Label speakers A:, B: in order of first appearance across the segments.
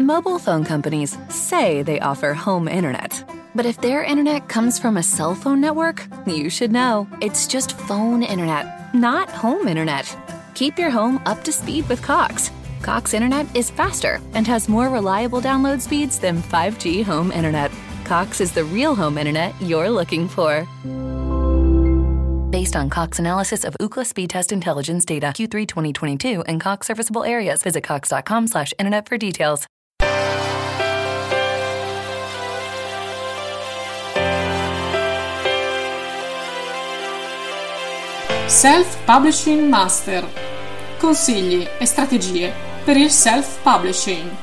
A: Mobile phone companies say they offer home internet. But if their internet comes from a cell phone network, you should know. It's just phone internet, not home internet. Keep your home up to speed with Cox. Cox Internet is faster and has more reliable download speeds than 5G home internet. Cox is the real home internet you're looking for. Based on Cox analysis of Ookla speed test intelligence data Q3 2022 and Cox serviceable areas, visit cox.com/internet for details.
B: Self-Publishing Master. Consigli e strategie per il self-publishing.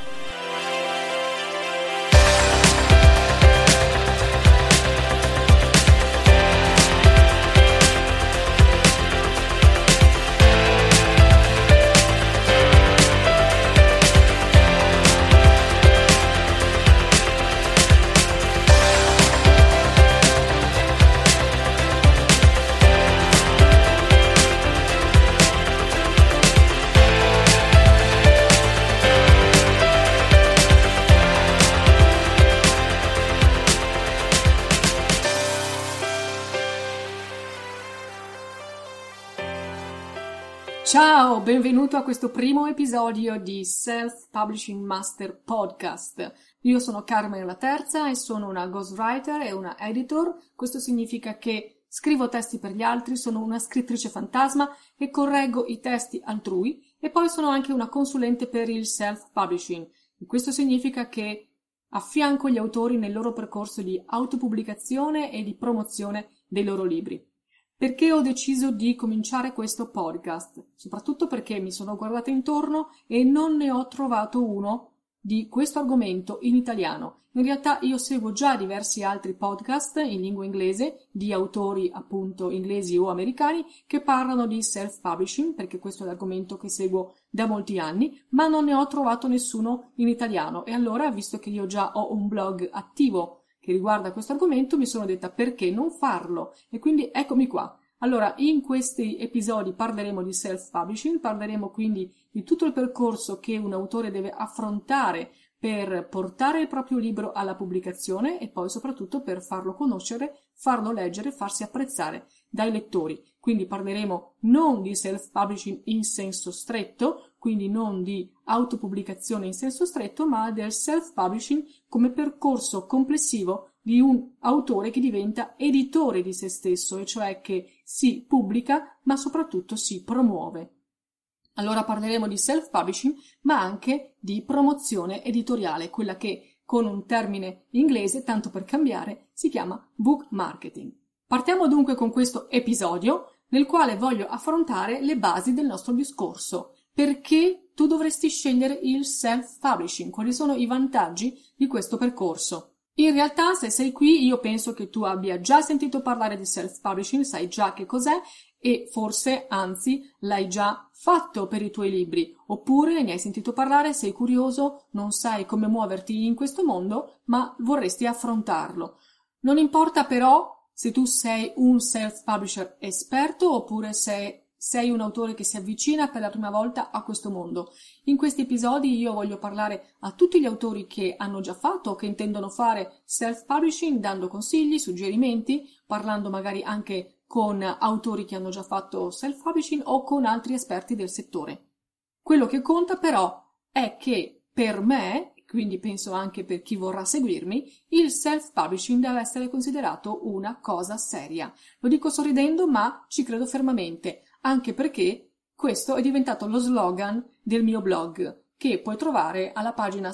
B: Ciao, benvenuto a questo primo episodio di Self-Publishing Master Podcast. Io sono Carmen La Terza e sono una ghostwriter e una editor. Questo significa che scrivo testi per gli altri, sono una scrittrice fantasma e correggo i testi altrui e poi sono anche una consulente per il self-publishing. E questo significa che affianco gli autori nel loro percorso di autopubblicazione e di promozione dei loro libri. Perché ho deciso di cominciare questo podcast? Soprattutto perché mi sono guardata intorno e non ne ho trovato uno di questo argomento in italiano. In realtà io seguo già diversi altri podcast in lingua inglese di autori appunto inglesi o americani che parlano di self-publishing, perché questo è l'argomento che seguo da molti anni, ma non ne ho trovato nessuno in italiano. E allora, visto che io già ho un blog attivo che riguarda questo argomento, mi sono detta perché non farlo, e quindi eccomi qua. Allora, in questi episodi parleremo di self-publishing, parleremo quindi di tutto il percorso che un autore deve affrontare per portare il proprio libro alla pubblicazione e poi soprattutto per farlo conoscere, farlo leggere, farsi apprezzare dai lettori. Quindi parleremo non di self-publishing in senso stretto, quindi non di autopubblicazione in senso stretto, ma del self-publishing come percorso complessivo di un autore che diventa editore di se stesso, e cioè che si pubblica ma soprattutto si promuove. Allora parleremo di self-publishing, ma anche di promozione editoriale, quella che con un termine inglese, tanto per cambiare, si chiama book marketing. Partiamo dunque con questo episodio nel quale voglio affrontare le basi del nostro discorso. Perché tu dovresti scegliere il self-publishing? Quali sono i vantaggi di questo percorso? In realtà, se sei qui, io penso che tu abbia già sentito parlare di self-publishing, sai già che cos'è e forse, anzi, l'hai già fatto per i tuoi libri. Oppure ne hai sentito parlare, sei curioso, non sai come muoverti in questo mondo, ma vorresti affrontarlo. Non importa però se tu sei un self-publisher esperto oppure se sei un autore che si avvicina per la prima volta a questo mondo. In questi episodi io voglio parlare a tutti gli autori che hanno già fatto o che intendono fare self-publishing, dando consigli, suggerimenti, parlando magari anche con autori che hanno già fatto self-publishing o con altri esperti del settore. Quello che conta però è che per me, quindi penso anche per chi vorrà seguirmi, il self-publishing deve essere considerato una cosa seria. Lo dico sorridendo, ma ci credo fermamente, anche perché questo è diventato lo slogan del mio blog, che puoi trovare alla pagina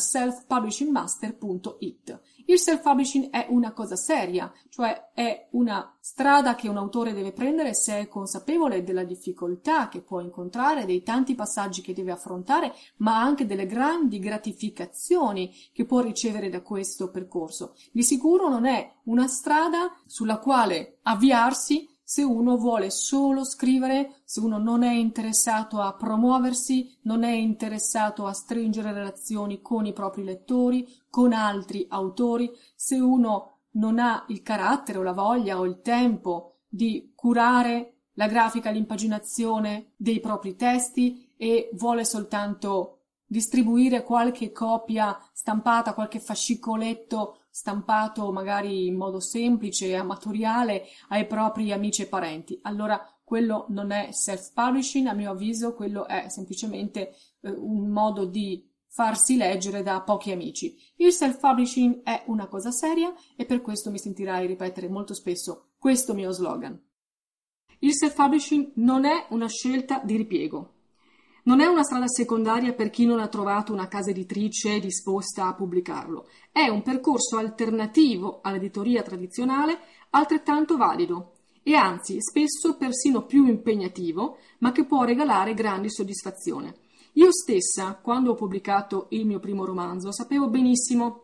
B: selfpublishingmaster.it. Il self-publishing è una cosa seria, cioè è una strada che un autore deve prendere se è consapevole della difficoltà che può incontrare, dei tanti passaggi che deve affrontare, ma anche delle grandi gratificazioni che può ricevere da questo percorso. Di sicuro non è una strada sulla quale avviarsi se uno vuole solo scrivere, se uno non è interessato a promuoversi, non è interessato a stringere relazioni con i propri lettori, con altri autori, se uno non ha il carattere o la voglia o il tempo di curare la grafica, l'impaginazione dei propri testi e vuole soltanto distribuire qualche copia stampata, qualche fascicoletto stampato magari in modo semplice e amatoriale ai propri amici e parenti. Allora quello non è self-publishing, a mio avviso quello è semplicemente un modo di farsi leggere da pochi amici. Il self-publishing è una cosa seria e per questo mi sentirai ripetere molto spesso questo mio slogan. Il self-publishing non è una scelta di ripiego. Non è una strada secondaria per chi non ha trovato una casa editrice disposta a pubblicarlo. È un percorso alternativo all'editoria tradizionale, altrettanto valido e anzi spesso persino più impegnativo, ma che può regalare grandi soddisfazione. Io stessa, quando ho pubblicato il mio primo romanzo, sapevo benissimo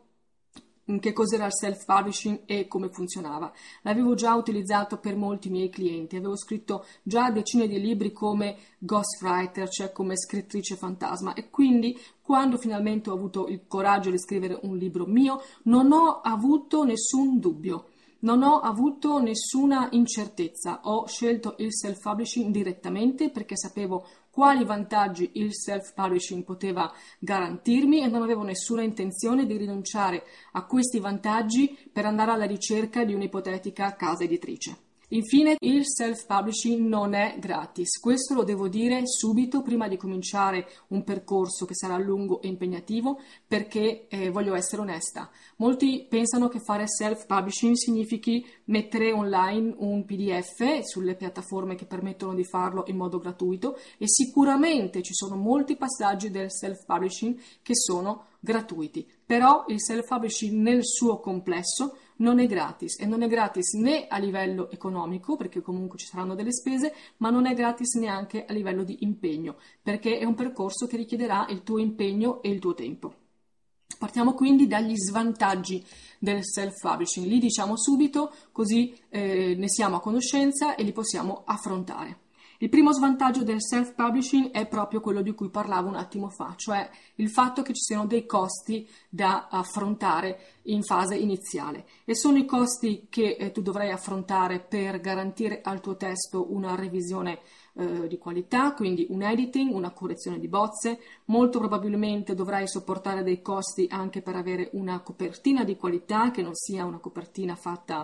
B: che cos'era il self-publishing e come funzionava. L'avevo già utilizzato per molti miei clienti, avevo scritto già decine di libri come ghostwriter, cioè come scrittrice fantasma, e quindi quando finalmente ho avuto il coraggio di scrivere un libro mio non ho avuto nessun dubbio. Non ho avuto nessuna incertezza, ho scelto il self-publishing direttamente perché sapevo quali vantaggi il self-publishing poteva garantirmi e non avevo nessuna intenzione di rinunciare a questi vantaggi per andare alla ricerca di un'ipotetica casa editrice. Infine, il self-publishing non è gratis, questo lo devo dire subito prima di cominciare un percorso che sarà lungo e impegnativo perché voglio essere onesta. Molti pensano che fare self-publishing significhi mettere online un PDF sulle piattaforme che permettono di farlo in modo gratuito e sicuramente ci sono molti passaggi del self-publishing che sono gratuiti, però il self-publishing nel suo complesso non è gratis e non è gratis né a livello economico perché comunque ci saranno delle spese, ma non è gratis neanche a livello di impegno perché è un percorso che richiederà il tuo impegno e il tuo tempo. Partiamo quindi dagli svantaggi del self-publishing, li diciamo subito così ne siamo a conoscenza e li possiamo affrontare. Il primo svantaggio del self-publishing è proprio quello di cui parlavo un attimo fa, cioè il fatto che ci siano dei costi da affrontare in fase iniziale e sono i costi che tu dovrai affrontare per garantire al tuo testo una revisione di qualità, quindi un editing, una correzione di bozze, molto probabilmente dovrai sopportare dei costi anche per avere una copertina di qualità che non sia una copertina fatta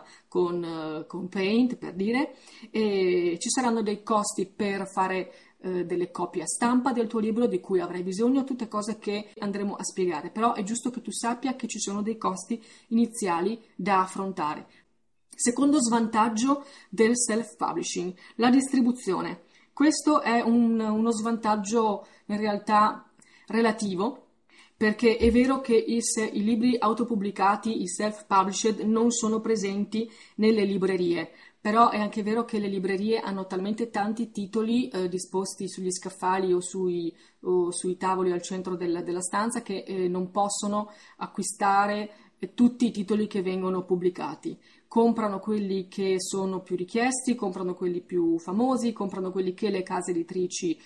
B: con Paint, per dire, e ci saranno dei costi per fare delle copie a stampa del tuo libro di cui avrai bisogno, tutte cose che andremo a spiegare, però è giusto che tu sappia che ci sono dei costi iniziali da affrontare. Secondo svantaggio del self-publishing, la distribuzione. Questo è uno svantaggio in realtà relativo, perché è vero che i libri autopubblicati, i self-published, non sono presenti nelle librerie, però è anche vero che le librerie hanno talmente tanti titoli disposti sugli scaffali o sui tavoli al centro della stanza che non possono acquistare tutti i titoli che vengono pubblicati. Comprano quelli che sono più richiesti, comprano quelli più famosi, comprano quelli che le case editrici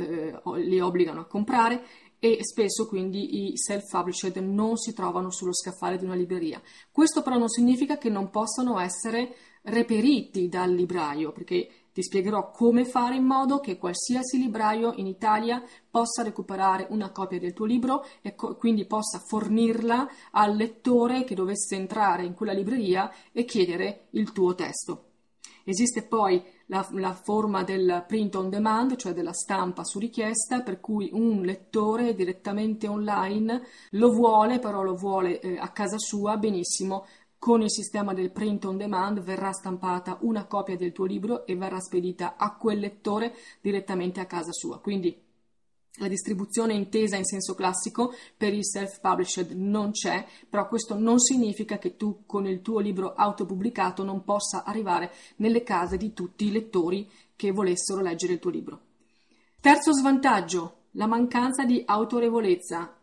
B: li obbligano a comprare e spesso quindi i self-published non si trovano sullo scaffale di una libreria. Questo però non significa che non possano essere reperiti dal libraio, perché ti spiegherò come fare in modo che qualsiasi libraio in Italia possa recuperare una copia del tuo libro e quindi possa fornirla al lettore che dovesse entrare in quella libreria e chiedere il tuo testo. Esiste poi la forma del print on demand, cioè della stampa su richiesta, per cui un lettore direttamente online lo vuole, però lo vuole a casa sua, benissimo. Con il sistema del print on demand verrà stampata una copia del tuo libro e verrà spedita a quel lettore direttamente a casa sua. Quindi la distribuzione intesa in senso classico per il self-published non c'è, però questo non significa che tu con il tuo libro autopubblicato non possa arrivare nelle case di tutti i lettori che volessero leggere il tuo libro. Terzo svantaggio, la mancanza di autorevolezza.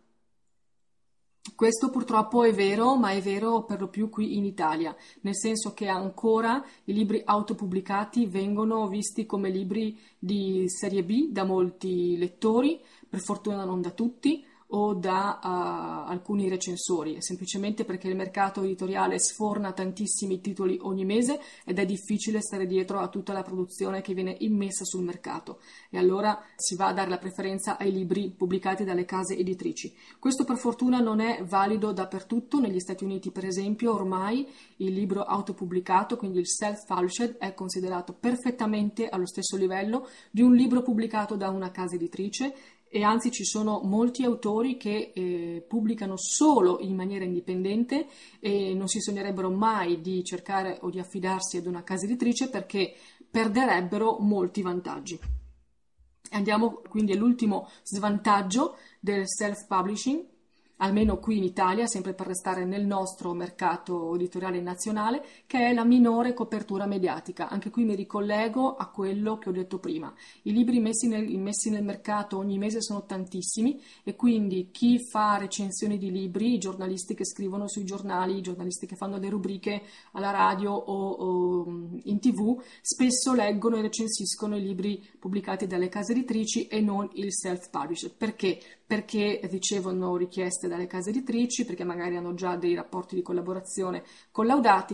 B: Questo purtroppo è vero, ma è vero per lo più qui in Italia, nel senso che ancora i libri autopubblicati vengono visti come libri di serie B da molti lettori, per fortuna non da tutti, o da alcuni recensori, è semplicemente perché il mercato editoriale sforna tantissimi titoli ogni mese ed è difficile stare dietro a tutta la produzione che viene immessa sul mercato, e allora si va a dare la preferenza ai libri pubblicati dalle case editrici. Questo per fortuna non è valido dappertutto. Negli Stati Uniti, per esempio, ormai il libro autopubblicato, quindi il self-published, è considerato perfettamente allo stesso livello di un libro pubblicato da una casa editrice, e anzi ci sono molti autori che pubblicano solo in maniera indipendente e non si sognerebbero mai di cercare o di affidarsi ad una casa editrice perché perderebbero molti vantaggi. Andiamo quindi all'ultimo svantaggio del self-publishing, almeno qui in Italia, sempre per restare nel nostro mercato editoriale nazionale, che è la minore copertura mediatica. Anche qui mi ricollego a quello che ho detto prima. I libri messi nel mercato ogni mese sono tantissimi, e quindi chi fa recensioni di libri, i giornalisti che scrivono sui giornali, i giornalisti che fanno le rubriche alla radio o in TV, spesso leggono e recensiscono i libri pubblicati dalle case editrici e non il self-published. Perché? Perché ricevono richieste dalle case editrici, perché magari hanno già dei rapporti di collaborazione collaudati,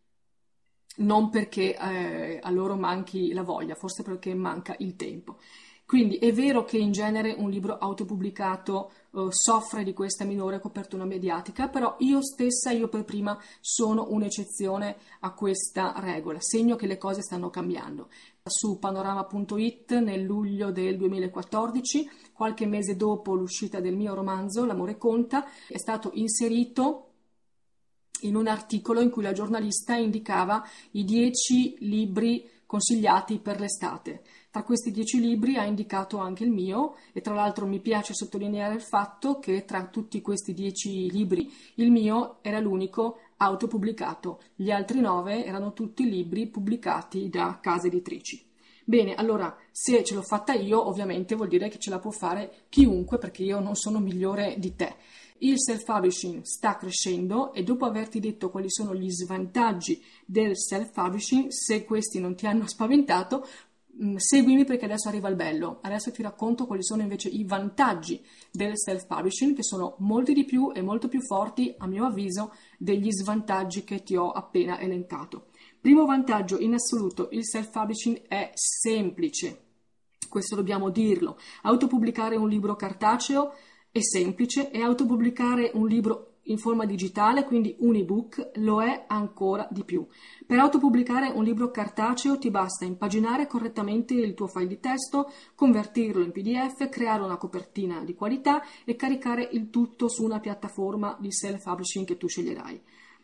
B: non perché a loro manchi la voglia, forse perché manca il tempo. Quindi è vero che in genere un libro autopubblicato soffre di questa minore copertura mediatica, però io per prima sono un'eccezione a questa regola, segno che le cose stanno cambiando. Su Panorama.it nel luglio del 2014, qualche mese dopo l'uscita del mio romanzo L'amore conta, è stato inserito in un articolo in cui la giornalista indicava i 10 libri consigliati per l'estate. Tra questi 10 libri ha indicato anche il mio, e tra l'altro mi piace sottolineare il fatto che tra tutti questi 10 libri il mio era l'unico autopubblicato, gli altri 9 erano tutti libri pubblicati da case editrici. Bene, allora, se ce l'ho fatta io, ovviamente vuol dire che ce la può fare chiunque, perché io non sono migliore di te. Il self-publishing sta crescendo, e dopo averti detto quali sono gli svantaggi del self-publishing, se questi non ti hanno spaventato, seguimi, perché adesso arriva il bello. Adesso ti racconto quali sono invece i vantaggi del self-publishing, che sono molti di più e molto più forti, a mio avviso, degli svantaggi che ti ho appena elencato. Primo vantaggio in assoluto: il self-publishing è semplice. Questo dobbiamo dirlo. Autopubblicare un libro cartaceo è semplice, e autopubblicare un libro in forma digitale, quindi un ebook, lo è ancora di più. Per autopubblicare un libro cartaceo ti basta impaginare correttamente il tuo file di testo, convertirlo in PDF, creare una copertina di qualità e caricare il tutto su una piattaforma di self-publishing che tu sceglierai.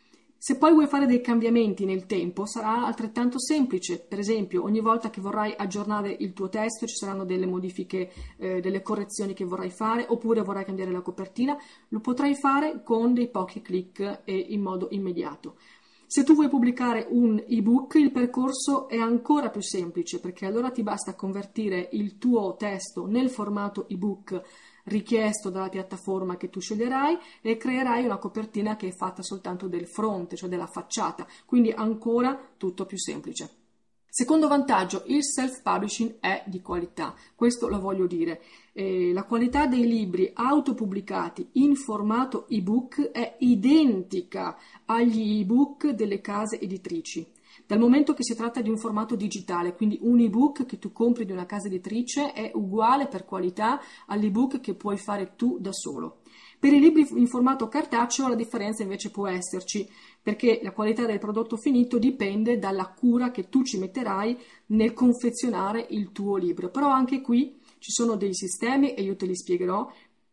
B: Se poi vuoi fare dei cambiamenti nel tempo, sarà altrettanto semplice. Per esempio, ogni volta che vorrai aggiornare il tuo testo, ci saranno delle modifiche, delle correzioni che vorrai fare, oppure vorrai cambiare la copertina, lo potrai fare con dei pochi click e in modo immediato. Se tu vuoi pubblicare un ebook, il percorso è ancora più semplice, perché allora ti basta convertire il tuo testo nel formato ebook richiesto dalla piattaforma che tu sceglierai, e creerai una copertina che è fatta soltanto del fronte, cioè della facciata, quindi ancora tutto più semplice. Secondo vantaggio: il self-publishing è di qualità, questo lo voglio dire. La qualità dei libri autopubblicati in formato ebook è identica agli ebook delle case editrici. Dal momento che si tratta di un formato digitale, quindi un ebook che tu compri di una casa editrice è uguale per qualità all'ebook che puoi fare tu da solo. Per i libri in formato cartaceo la differenza invece può esserci, perché la qualità del prodotto finito dipende dalla cura che tu ci metterai nel confezionare il tuo libro. Però anche qui ci sono dei sistemi, e io te li spiegherò,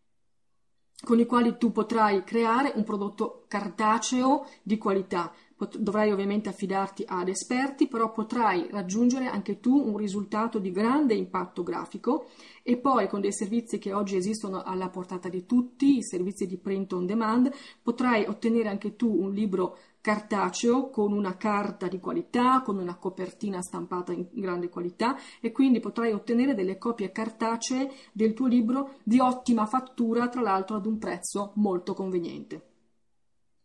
B: con i quali tu potrai creare un prodotto cartaceo di qualità. Dovrai ovviamente affidarti ad esperti, però potrai raggiungere anche tu un risultato di grande impatto grafico, e poi con dei servizi che oggi esistono alla portata di tutti, i servizi di print on demand, potrai ottenere anche tu un libro cartaceo con una carta di qualità, con una copertina stampata in grande qualità, e quindi potrai ottenere delle copie cartacee del tuo libro di ottima fattura, tra l'altro ad un prezzo molto conveniente.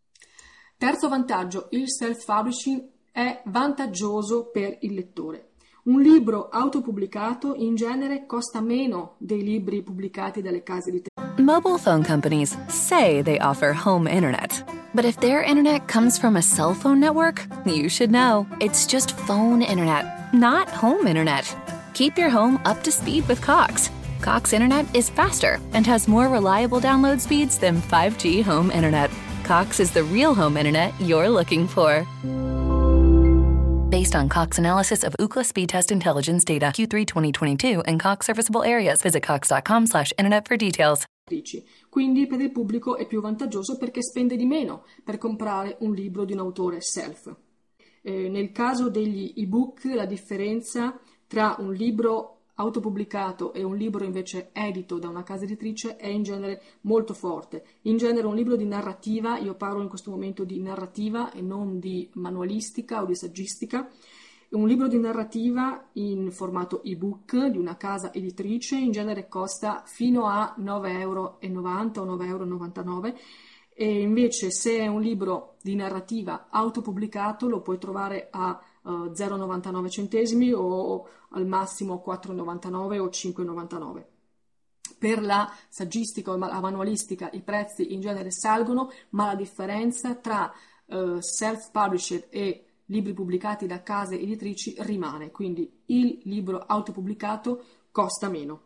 B: Terzo vantaggio: il self-publishing è vantaggioso per il lettore. Un libro autopubblicato in genere costa meno dei libri pubblicati dalle case editrici.
A: Mobile phone companies say they offer home internet. But if their internet comes from a cell phone network, you should know. It's just phone internet, not home internet. Keep your home up to speed with Cox. Cox Internet is faster and has more reliable download speeds than 5G home internet. Cox is the real home internet you're looking for. Based on Cox analysis of Ookla speed test intelligence data Q3 2022 and Cox serviceable areas, visit cox.com/internet for details.
B: Quindi per il pubblico è più vantaggioso perché spende di meno per comprare un libro di un autore self. Nel caso degli ebook la differenza tra un libro autopubblicato e un libro invece edito da una casa editrice è in genere molto forte. In genere un libro di narrativa, io parlo in questo momento di narrativa e non di manualistica o di saggistica, un libro di narrativa in formato ebook di una casa editrice in genere costa fino a 9,90 € o 9,99 € e invece se è un libro di narrativa autopubblicato lo puoi trovare a 0,99 centesimi o al massimo 4,99 o 5,99. Per la saggistica o la manualistica i prezzi in genere salgono, ma la differenza tra self-published e libri pubblicati da case editrici rimane, quindi il libro autopubblicato costa meno.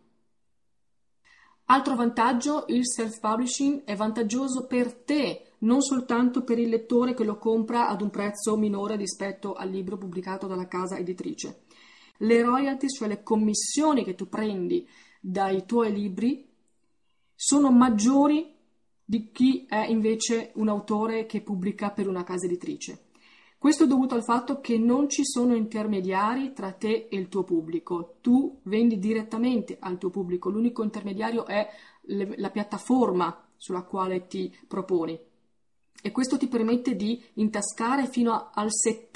B: Altro vantaggio, il self-publishing è vantaggioso per te, non soltanto per il lettore che lo compra ad un prezzo minore rispetto al libro pubblicato dalla casa editrice. Le royalties, cioè le commissioni che tu prendi dai tuoi libri, sono maggiori di chi è invece un autore che pubblica per una casa editrice. Questo è dovuto al fatto che non ci sono intermediari tra te e il tuo pubblico. Tu vendi direttamente al tuo pubblico, l'unico intermediario è la piattaforma sulla quale ti proponi. E questo ti permette di intascare fino al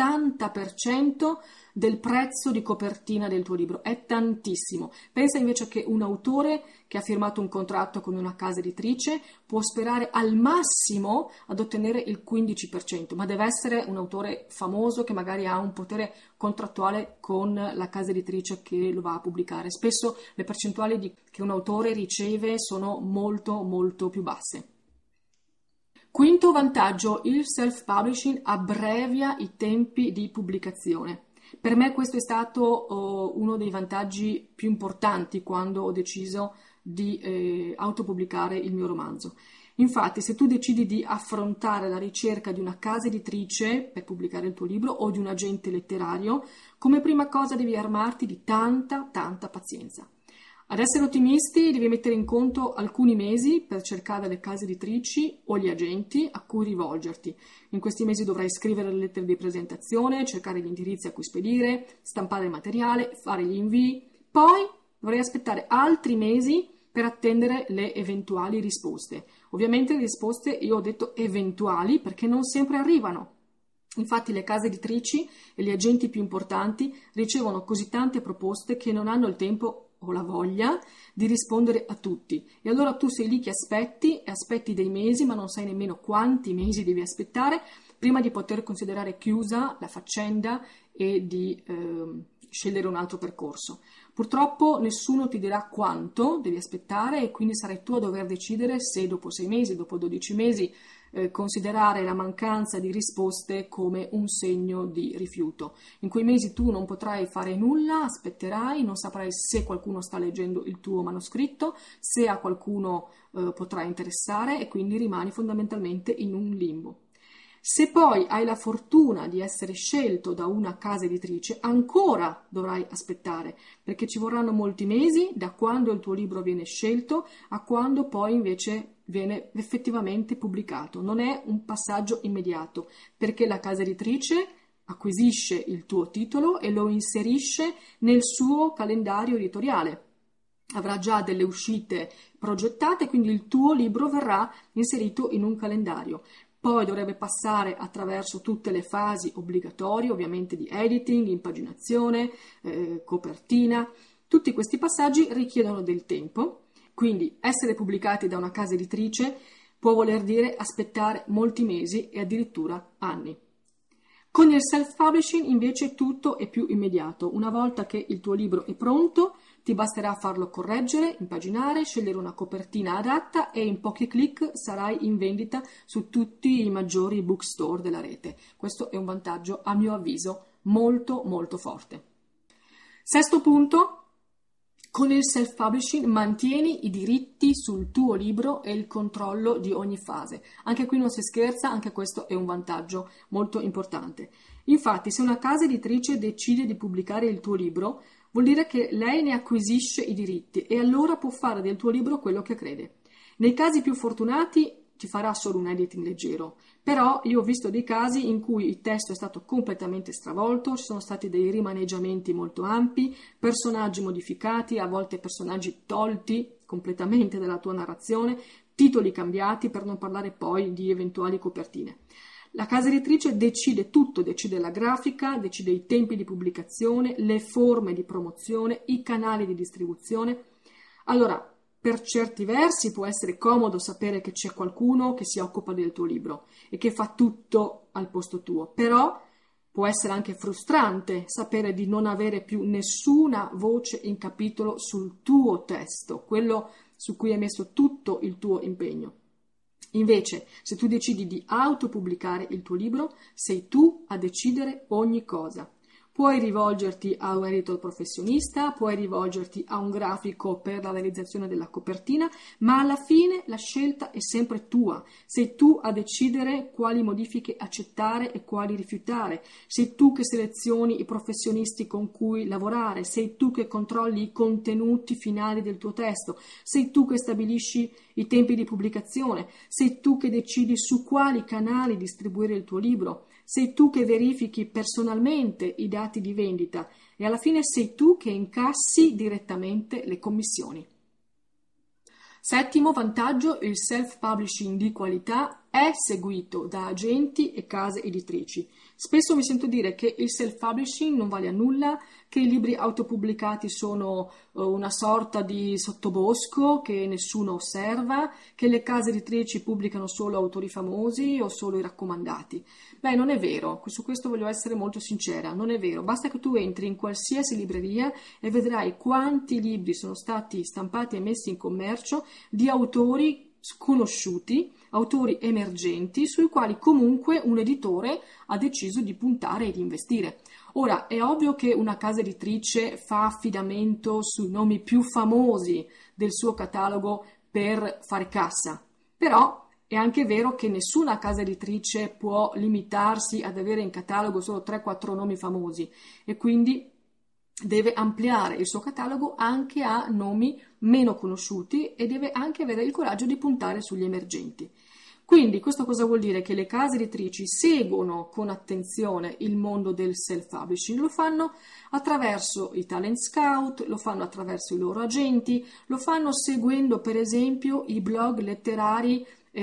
B: 70% del prezzo di copertina del tuo libro. È tantissimo. Pensa invece che un autore che ha firmato un contratto con una casa editrice può sperare al massimo ad ottenere il 15%, ma deve essere un autore famoso che magari ha un potere contrattuale con la casa editrice che lo va a pubblicare. Spesso le percentuali che un autore riceve sono molto molto più basse. Quinto vantaggio, il self-publishing abbrevia i tempi di pubblicazione. Per me questo è stato uno dei vantaggi più importanti quando ho deciso di autopubblicare il mio romanzo. Infatti, se tu decidi di affrontare la ricerca di una casa editrice per pubblicare il tuo libro o di un agente letterario, come prima cosa devi armarti di tanta pazienza. Ad essere ottimisti devi mettere in conto alcuni mesi per cercare le case editrici o gli agenti a cui rivolgerti. In questi mesi dovrai scrivere le lettere di presentazione, cercare gli indirizzi a cui spedire, stampare il materiale, fare gli invii. Poi dovrai aspettare altri mesi per attendere le eventuali risposte. Ovviamente le risposte, io ho detto eventuali, perché non sempre arrivano. Infatti le case editrici e gli agenti più importanti ricevono così tante proposte che non hanno il tempo o la voglia di rispondere a tutti. E allora tu sei lì che aspetti dei mesi, ma non sai nemmeno quanti mesi devi aspettare prima di poter considerare chiusa la faccenda e di scegliere un altro percorso. Purtroppo nessuno ti dirà quanto devi aspettare e quindi sarai tu a dover decidere se dopo 6 mesi, dopo 12 mesi considerare la mancanza di risposte come un segno di rifiuto. In quei mesi tu non potrai fare nulla, aspetterai, non saprai se qualcuno sta leggendo il tuo manoscritto, se a qualcuno potrà interessare e quindi rimani fondamentalmente in un limbo. Se poi hai la fortuna di essere scelto da una casa editrice, ancora dovrai aspettare, perché ci vorranno molti mesi da quando il tuo libro viene scelto a quando poi invece viene effettivamente pubblicato. Non è un passaggio immediato, perché la casa editrice acquisisce il tuo titolo e lo inserisce nel suo calendario editoriale. Avrà già delle uscite progettate, quindi il tuo libro verrà inserito in un calendario. Poi dovrebbe passare attraverso tutte le fasi obbligatorie, ovviamente di editing, impaginazione, copertina. Tutti questi passaggi richiedono del tempo, quindi essere pubblicati da una casa editrice può voler dire aspettare molti mesi e addirittura anni. Con il self-publishing invece tutto è più immediato. Una volta che il tuo libro è pronto, ti basterà farlo correggere, impaginare, scegliere una copertina adatta e in pochi clic sarai in vendita su tutti i maggiori bookstore della rete. Questo è un vantaggio, a mio avviso, molto molto forte. Sesto punto. Con il self-publishing mantieni i diritti sul tuo libro e il controllo di ogni fase. Anche qui non si scherza, anche questo è un vantaggio molto importante. Infatti, se una casa editrice decide di pubblicare il tuo libro, vuol dire che lei ne acquisisce i diritti e allora può fare del tuo libro quello che crede. Nei casi più fortunati ti farà solo un editing leggero, però io ho visto dei casi in cui il testo è stato completamente stravolto, ci sono stati dei rimaneggiamenti molto ampi, personaggi modificati, a volte personaggi tolti completamente dalla tua narrazione, titoli cambiati, per non parlare poi di eventuali copertine. La casa editrice decide tutto, decide la grafica, decide i tempi di pubblicazione, le forme di promozione, i canali di distribuzione. Allora, per certi versi può essere comodo sapere che c'è qualcuno che si occupa del tuo libro e che fa tutto al posto tuo, però può essere anche frustrante sapere di non avere più nessuna voce in capitolo sul tuo testo, quello su cui hai messo tutto il tuo impegno. Invece, se tu decidi di autopubblicare il tuo libro, sei tu a decidere ogni cosa. Puoi rivolgerti a un editor professionista, puoi rivolgerti a un grafico per la realizzazione della copertina, ma alla fine la scelta è sempre tua. Sei tu a decidere quali modifiche accettare e quali rifiutare. Sei tu che selezioni i professionisti con cui lavorare. Sei tu che controlli i contenuti finali del tuo testo. Sei tu che stabilisci i tempi di pubblicazione. Sei tu che decidi su quali canali distribuire il tuo libro. Sei tu che verifichi personalmente i dati di vendita e alla fine sei tu che incassi direttamente le commissioni. Settimo vantaggio, il self-publishing di qualità è seguito da agenti e case editrici. Spesso mi sento dire che il self-publishing non vale a nulla, che i libri autopubblicati sono una sorta di sottobosco che nessuno osserva, che le case editrici pubblicano solo autori famosi o solo i raccomandati. Beh, non è vero, su questo voglio essere molto sincera, non è vero. Basta che tu entri in qualsiasi libreria e vedrai quanti libri sono stati stampati e messi in commercio di autori sconosciuti, autori emergenti, sui quali comunque un editore ha deciso di puntare e di investire. Ora, è ovvio che una casa editrice fa affidamento sui nomi più famosi del suo catalogo per fare cassa, però è anche vero che nessuna casa editrice può limitarsi ad avere in catalogo solo 3-4 nomi famosi e quindi deve ampliare il suo catalogo anche a nomi meno conosciuti e deve anche avere il coraggio di puntare sugli emergenti. Quindi questo cosa vuol dire? Che le case editrici seguono con attenzione il mondo del self-publishing, lo fanno attraverso i talent scout, lo fanno attraverso i loro agenti, lo fanno seguendo per esempio i blog letterari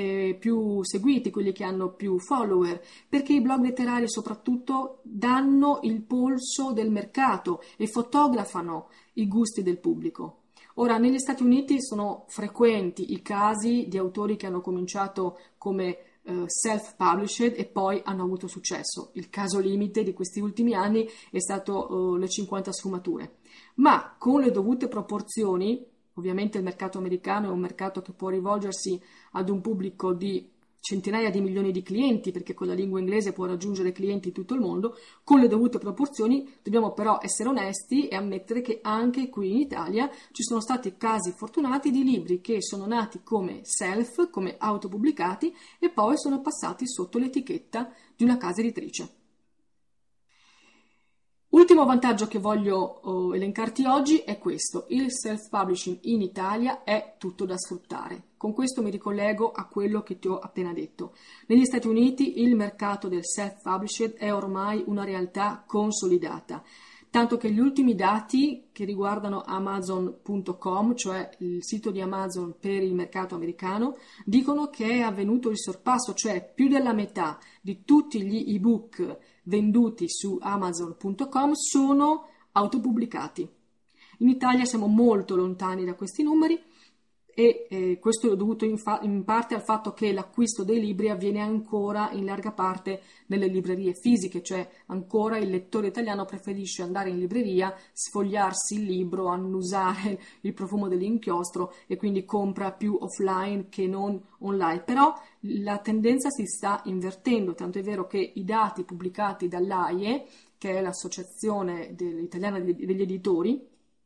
B: più seguiti, quelli che hanno più follower, perché i blog letterari soprattutto danno il polso del mercato e fotografano i gusti del pubblico. Ora, negli Stati Uniti sono frequenti i casi di autori che hanno cominciato come self-published e poi hanno avuto successo. Il caso limite di questi ultimi anni è stato le 50 sfumature. Ma con le dovute proporzioni, ovviamente il mercato americano è un mercato che può rivolgersi ad un pubblico di centinaia di milioni di clienti, perché con la lingua inglese può raggiungere clienti in tutto il mondo, con le dovute proporzioni dobbiamo però essere onesti e ammettere che anche qui in Italia ci sono stati casi fortunati di libri che sono nati come self, come autopubblicati e poi sono passati sotto l'etichetta di una casa editrice. Ultimo vantaggio che voglio elencarti oggi è questo: il self-publishing in Italia è tutto da sfruttare. Con questo mi ricollego a quello che ti ho appena detto. Negli Stati Uniti il mercato del self-publishing è ormai una realtà consolidata, tanto che gli ultimi dati che riguardano Amazon.com, cioè il sito di Amazon per il mercato americano, dicono che è avvenuto il sorpasso, cioè più della metà di tutti gli ebook venduti su Amazon.com sono autopubblicati. In Italia siamo molto lontani da questi numeri e questo è dovuto in parte al fatto che l'acquisto dei libri avviene ancora in larga parte nelle librerie fisiche, cioè ancora il lettore italiano preferisce andare in libreria, sfogliarsi il libro, annusare il profumo dell'inchiostro e quindi compra più offline che non online. Però la tendenza si sta invertendo, tanto è vero che i dati pubblicati dall'AIE, che è l'associazione italiana degli editori,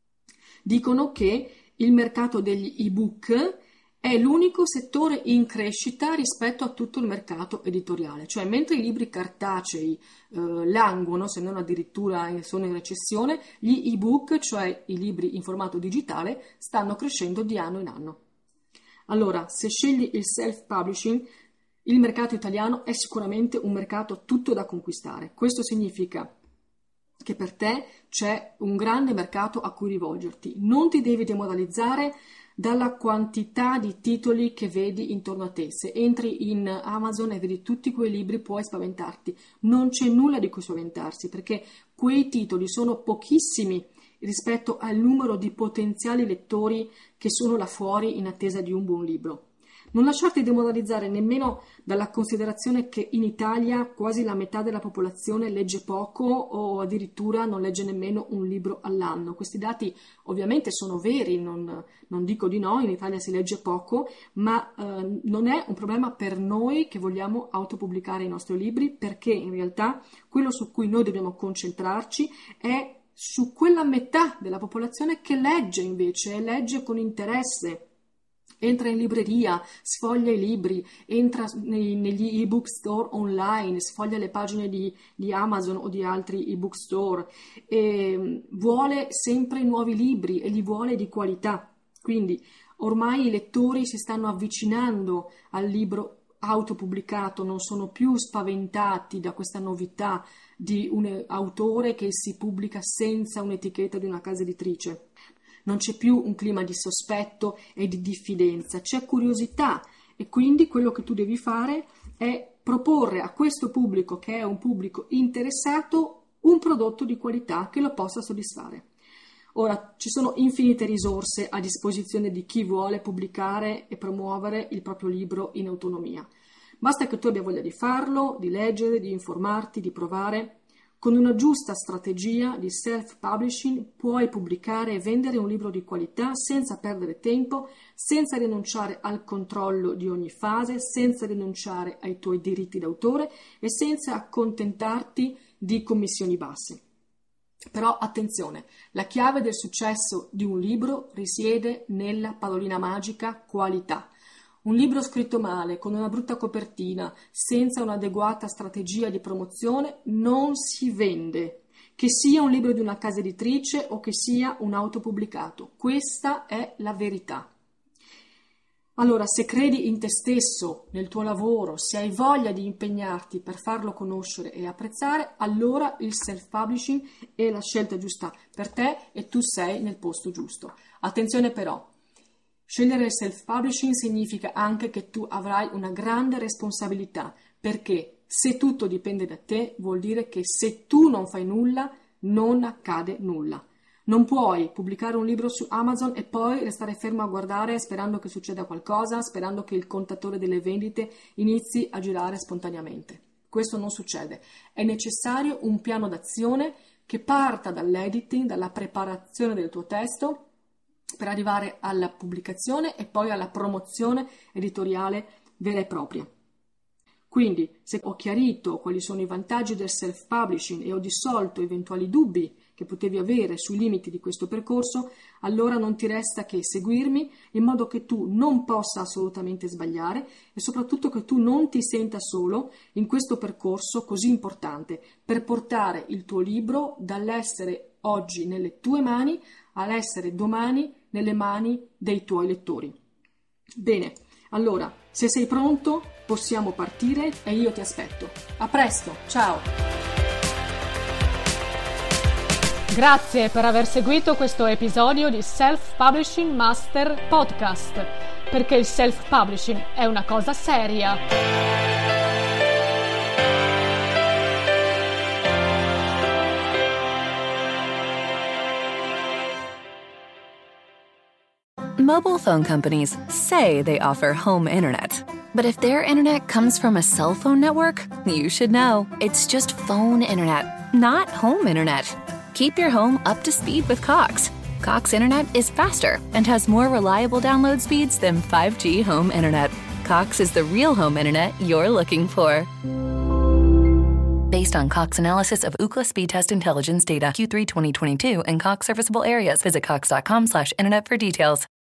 B: dicono che il mercato degli ebook è l'unico settore in crescita rispetto a tutto il mercato editoriale, cioè mentre i libri cartacei languono, se non addirittura sono in recessione, gli ebook, cioè i libri in formato digitale, stanno crescendo di anno in anno. Allora, se scegli il self-publishing, il mercato italiano è sicuramente un mercato tutto da conquistare. Questo significa che per te c'è un grande mercato a cui rivolgerti. Non ti devi demoralizzare dalla quantità di titoli che vedi intorno a te. Se entri in Amazon e vedi tutti quei libri puoi spaventarti. Non c'è nulla di cui spaventarsi, perché quei titoli sono pochissimi rispetto al numero di potenziali lettori che sono là fuori in attesa di un buon libro. Non lasciarti demoralizzare nemmeno dalla considerazione che in Italia quasi la metà della popolazione legge poco o addirittura non legge nemmeno un libro all'anno. Questi dati ovviamente sono veri, non dico di no, in Italia si legge poco, ma non è un problema per noi che vogliamo autopubblicare i nostri libri, perché in realtà quello su cui noi dobbiamo concentrarci è su quella metà della popolazione che legge invece e legge con interesse. Entra in libreria, sfoglia i libri, entra negli ebook store online, sfoglia le pagine di Amazon o di altri ebook store e vuole sempre nuovi libri e li vuole di qualità. Quindi ormai i lettori si stanno avvicinando al libro autopubblicato, non sono più spaventati da questa novità di un autore che si pubblica senza un'etichetta di una casa editrice. Non c'è più un clima di sospetto e di diffidenza, c'è curiosità e quindi quello che tu devi fare è proporre a questo pubblico, che è un pubblico interessato, un prodotto di qualità che lo possa soddisfare. Ora, ci sono infinite risorse a disposizione di chi vuole pubblicare e promuovere il proprio libro in autonomia. Basta che tu abbia voglia di farlo, di leggere, di informarti, di provare. Con una giusta strategia di self-publishing puoi pubblicare e vendere un libro di qualità senza perdere tempo, senza rinunciare al controllo di ogni fase, senza rinunciare ai tuoi diritti d'autore e senza accontentarti di commissioni basse. Però attenzione, la chiave del successo di un libro risiede nella parolina magica qualità. Un libro scritto male, con una brutta copertina, senza un'adeguata strategia di promozione, non si vende. Che sia un libro di una casa editrice o che sia un autopubblicato. Questa è la verità. Allora, se credi in te stesso, nel tuo lavoro, se hai voglia di impegnarti per farlo conoscere e apprezzare, allora il self-publishing è la scelta giusta per te e tu sei nel posto giusto. Attenzione però, scegliere il self-publishing significa anche che tu avrai una grande responsabilità, perché se tutto dipende da te, vuol dire che se tu non fai nulla, non accade nulla. Non puoi pubblicare un libro su Amazon e poi restare fermo a guardare sperando che succeda qualcosa, sperando che il contatore delle vendite inizi a girare spontaneamente. Questo non succede. È necessario un piano d'azione che parta dall'editing, dalla preparazione del tuo testo, per arrivare alla pubblicazione e poi alla promozione editoriale vera e propria. Quindi, se ho chiarito quali sono i vantaggi del self-publishing e ho dissolto eventuali dubbi che potevi avere sui limiti di questo percorso, allora non ti resta che seguirmi in modo che tu non possa assolutamente sbagliare e soprattutto che tu non ti senta solo in questo percorso così importante per portare il tuo libro dall'essere oggi nelle tue mani all'essere domani nelle mani dei tuoi lettori. Bene, allora, se sei pronto, possiamo partire e io ti aspetto. A presto, ciao!
C: Grazie per aver seguito questo episodio di Self Publishing Master Podcast, perché il self publishing è una cosa seria.
A: Mobile phone companies say they offer home internet. But if their internet comes from a cell phone network, you should know. It's just phone internet, not home internet. Keep your home up to speed with Cox. Cox Internet is faster and has more reliable download speeds than 5G home internet. Cox is the real home internet you're looking for. Based on Cox analysis of Ookla speed test intelligence data Q3 2022 and Cox serviceable areas, visit cox.com/internet for details.